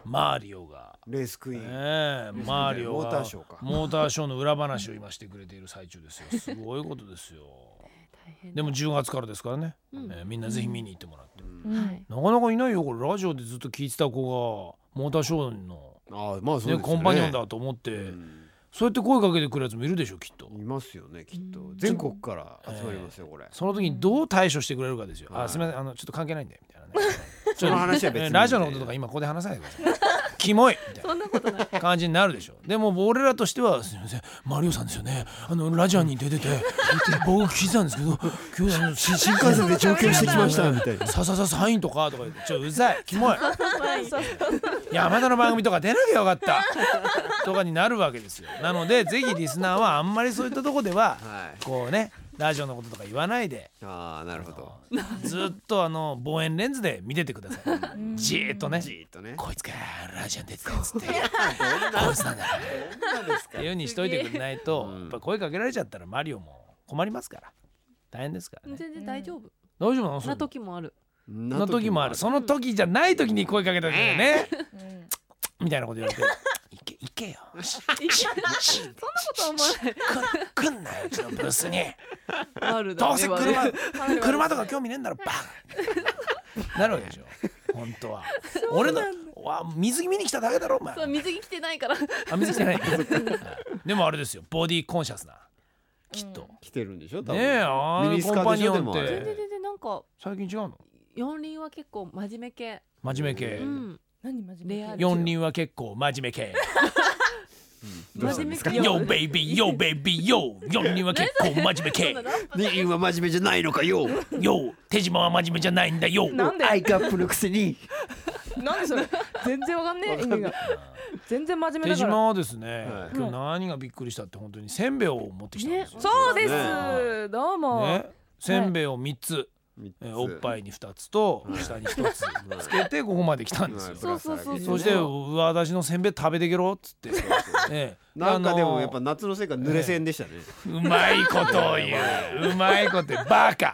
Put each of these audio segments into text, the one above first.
マリオがレースクイーン、 マリオがモーターショーか、 モーターショーの裏話を今してくれている最中ですよ。すごいことですよ。でも10月からですからね、みんなぜひ見に行ってもらって、なかなかいないよこれ。ラジオでずっと聞いてた子がモーターショーの、 まあそうですよね、 コンパニオンだと思って、そうやって声かけてくるやつもいるでしょきっと。 いますよねきっと。全国から集まりますよこれ。 その時にどう対処してくれるかですよ。すみません、ちょっと関係ないんでみたいなね。 その話は別にラジオのこととか今ここで話さないでください。キモいみたいなそんなことない感じになるでしょ。でも俺らとしてはすみません、マリオさんですよね、ラジオに出てて僕聞いてたんですけど今日新幹線で上京してきましたみたいな。 サインとかとか言ってうるさいキモい山田の番組とか出なきゃよかったとかになるわけですよ。なのでぜひリスナーはあんまりそういったとこでは、こうねラジオのこととか言わないで、 なるほど、 ずっと望遠レンズで見ててください。じーっとね、こいつかラジオに出てたやつってこいつなんだっていうようにしといてくれないと、やっぱ声かけられちゃったらマリオも困りますから、大変ですからね。 全然大丈夫。 大丈夫なの？ そんな時もある。 の時もある。その時じゃない時に声かけたんだよねみたいなこと言われて行けよそんなことは思わない。 来んなようちのブースにあるどうせ車とか興味ねえんだろバカなるわけでしょ本当は。俺の水着見に来ただけだろお前。 そう水着着てないから。 水着着てないでもあれですよ、ボディコンシャスなきっと来てるんでしょ多分。 ねえ、 ミニスカでしょでも。 全然なんか最近違うの？ 四輪は結構真面目系。 真面目系。 何真面目系？ 四輪は結構真面目系。 真面目系。 Yo baby yo baby yo。四輪は結構真面目系。 二輪は真面目じゃないのかよ。 よ手島は真面目じゃないんだよ。 なんで？ アイカップのくせに。 なんでそれ？全然わかんねえ意味が。全然真面目だから。 手島はですね、今日何がびっくりしたって本当にせんべいを持ってきたんですよ。 そうです。どうも。 せんべいを3つ。おっぱいに2つと下に1つつけてここまで来たんですよ。 そうそして私のせんべい食べてけろっつってなんかでもやっぱ夏のせいか濡れせんでしたね。 うまいことを言う、うまいこと言う、バカ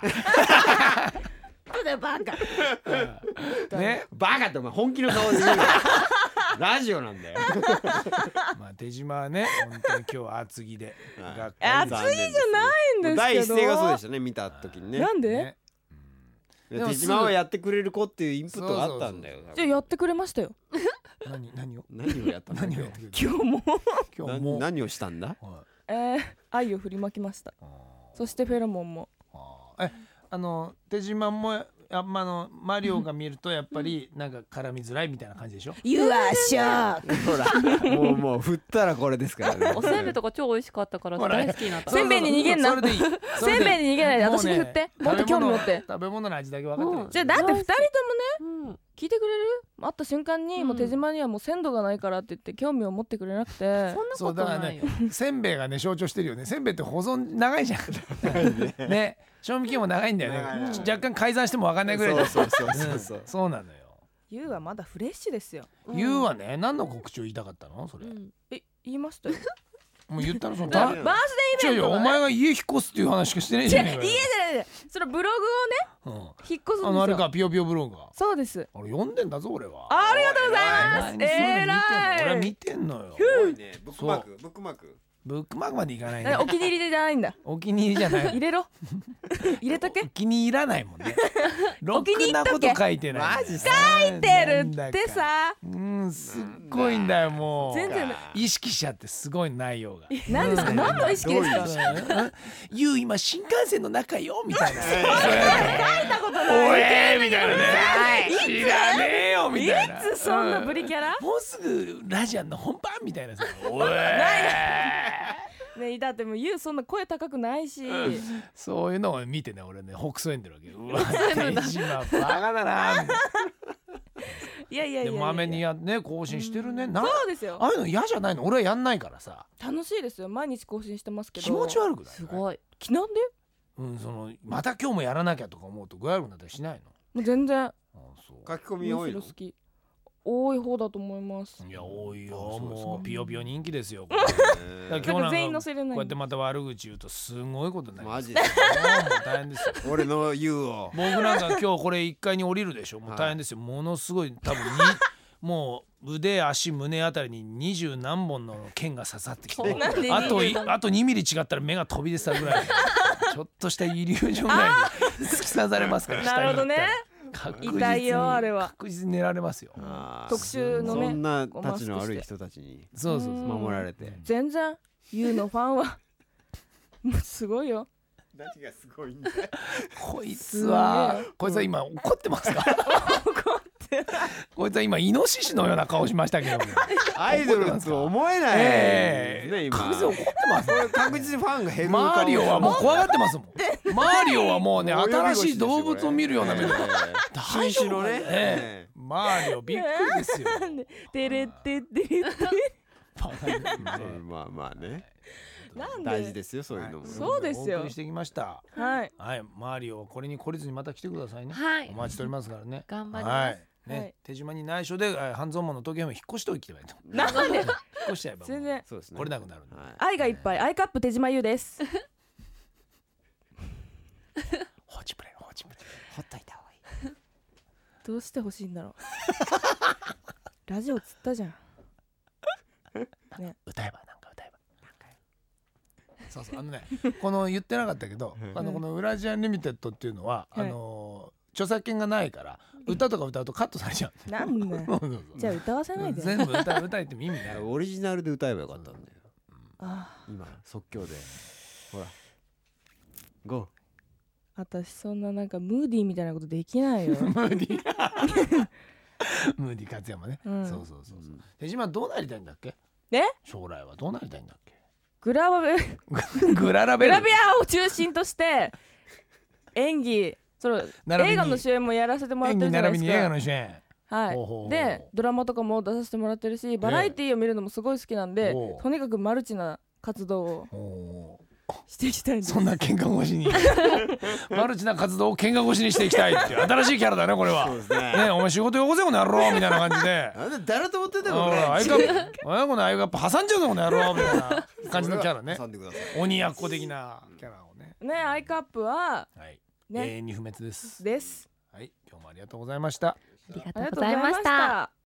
バカね、 バカってお前本気の顔で言うなラジオなんだよまあ手島はね本当に今日は厚着で暑いじゃないんですけど、 第一声がそうでしたね、見た時にね。 なんで？ 手島はやってくれる子っていうインプットがあったんだよ。 じゃあやってくれましたよ。 何をやったの？ 何をやってくれる？ 今日も何をしたんだ？ 愛を振りまきました。そしてフェロモンも。 手島もマリオが見るとやっぱりなんか絡みづらいみたいな感じでしょ。 You are shocked。 ほらもう振ったらこれですからね。 おせんべいとか超美味しかったから大好きになった。 せんべいに逃げんな。せんべいに逃げないで私に振って。もっと興味持って。 食べ物の味だけ分かってる。 じゃあだって2人ともね聞いてくれる？会った瞬間にもう手島にはもう鮮度がないからって言って興味を持ってくれなくて。 そんなことないよ。 せんべいがね象徴してるよね。せんべいって保存長いじゃん。ね。賞味期限も長いんだよね。若干改ざんしても分かんないぐらい。そうなのよ。 ユウはまだフレッシュですよ。 ユウはね何の告知を言いたかったのそれ？ 言いましたよ。 もう言ったのそのバースデーイベント。 お前が家引っ越すっていう話しかしてないじゃん。 家じゃない。それブログをね引っ越すんですよ。 あれかピヨピヨブログが。 そうです。 あれ読んでんだぞ俺は。 ありがとうございます。えらい。 俺は見てんのよ。 ブックマークブックマークまでいかないね。 お気に入りじゃないんだ。 お気に入りじゃない。 入れろ。入れとけ。 お気に入らないもんね。 お気に入りとけ。 書いてない。 マジ書いてるってさ。 すっごいんだよもう。 全然意識しちゃってすごい内容が。 何ですか？何の意識ですか？ ユウ今新幹線の中よみたいな。書いたことない。 おえみたいなね。知らねえよみたいな。 いつそんなブリキャラ？ もうすぐラジアンの本番みたいなさ。おえ。 ね、だってもうユウそんな声高くないし、 そういうのを見てね俺ねほくそ笑んでるわけ。うわ手島バカだな。 いやでまめにね更新してるね。 そうですよ。 ああいうの嫌じゃないの？俺はやんないからさ。 楽しいですよ。毎日更新してますけど気持ち悪くない？ すごい。 なんで？ また今日もやらなきゃとか思うと具合悪くなったりしないの？ もう全然。 書き込み多いの？ 多い方だと思います。 いや多いよ。もうピヨピヨ人気ですよ。 今日全員載せれない。 こうやってまた悪口言うとすごいことになります。 マジで大変ですよ。 俺の言うを僕なんか今日これ1階に降りるでしょ。もう大変ですよ。ものすごい多分もう腕足胸あたりに20何本の剣が刺さってきて、 なんであと 20 あと2ミリ違ったら目が飛び出てたぐらいちょっとしたイリュージョン内に突き刺されますから。 なるほどね。 確実に痛いよあれは。 確実に寝られますよ。 特殊のねそんなたちの悪い人たちにそうそうそう。 守られて。 全然ユウのファンはもうすごいよ。 何がすごいんだよ。 こいつは今怒ってますか？こいつは今イノシシのような顔しましたけども。 アイドルと思えないですね今。 確実に怒ってます。 確実にファンが減る。 マリオはもう怖がってますもん。マリオはもうね、新しい動物を見るような目で。 新種のね。 マリオびっくりですよ。 テレテテレテ。 まあまあね。 なんで大事ですよそういうのも。 そうですよお送りしてきました。 はい。 はい、マリオこれに懲りずにまた来てくださいね。 はいお待ちしておりますからね。 頑張りますはいね、 はい手島に内緒で半蔵門の時計も引っ越しておいてばいいと。 なんで引っ越しちゃえば全然そうですね。 来れなくなるんで。 はい愛がいっぱいアイカップ手島優です。 放置プレイ放置プレイ。 ほっといた方がいい。 どうしてほしいんだろう。ラジオつったじゃん。 歌えばなんか歌えば。そうそうこの言ってなかったけどこのウラジアンリミテッドっていうのははい著作権がないから歌とか歌うとカットされちゃう。 なんだよ。 そうそうそうじゃあ歌わせないで。 全部歌いっても意味ない。 オリジナルで歌えばよかったんだよ。 あ今即興で。ほら。ゴー。 私そんななんかムーディーみたいなことできないよ。 ムーディ勝山ね。 うんそう手島どうなりたいんだっけ？ ね？ 将来はどうなりたいんだっけ？ グラビグララベル。 アを中心として演技並びに映画の主演もやらせてもらってるじゃないです演技並びに映画か。 の主演。 はいほうほうほうでドラマとかも出させてもらってるしバラエティーを見るのもすごい好きなんでおうとにかくマルチな活動をおーしていきたいんです。 そんな喧嘩越しにマルチな活動を喧嘩越しにしていきたいっていう新しいキャラだねこれは。 そうですね。 ねお前仕事よこせこの野郎みたいな感じで。 あんた誰と思ってんだよこれ。 アイカップこのアイカップ挟んじゃうぞこの野郎みたいな感じのキャラね。 挟んでください。 鬼奴的なキャラをね。 ねアイカップははいね永遠に不滅です。 です。 はい今日もありがとうございました。 ありがありがとうございましとうございましたた。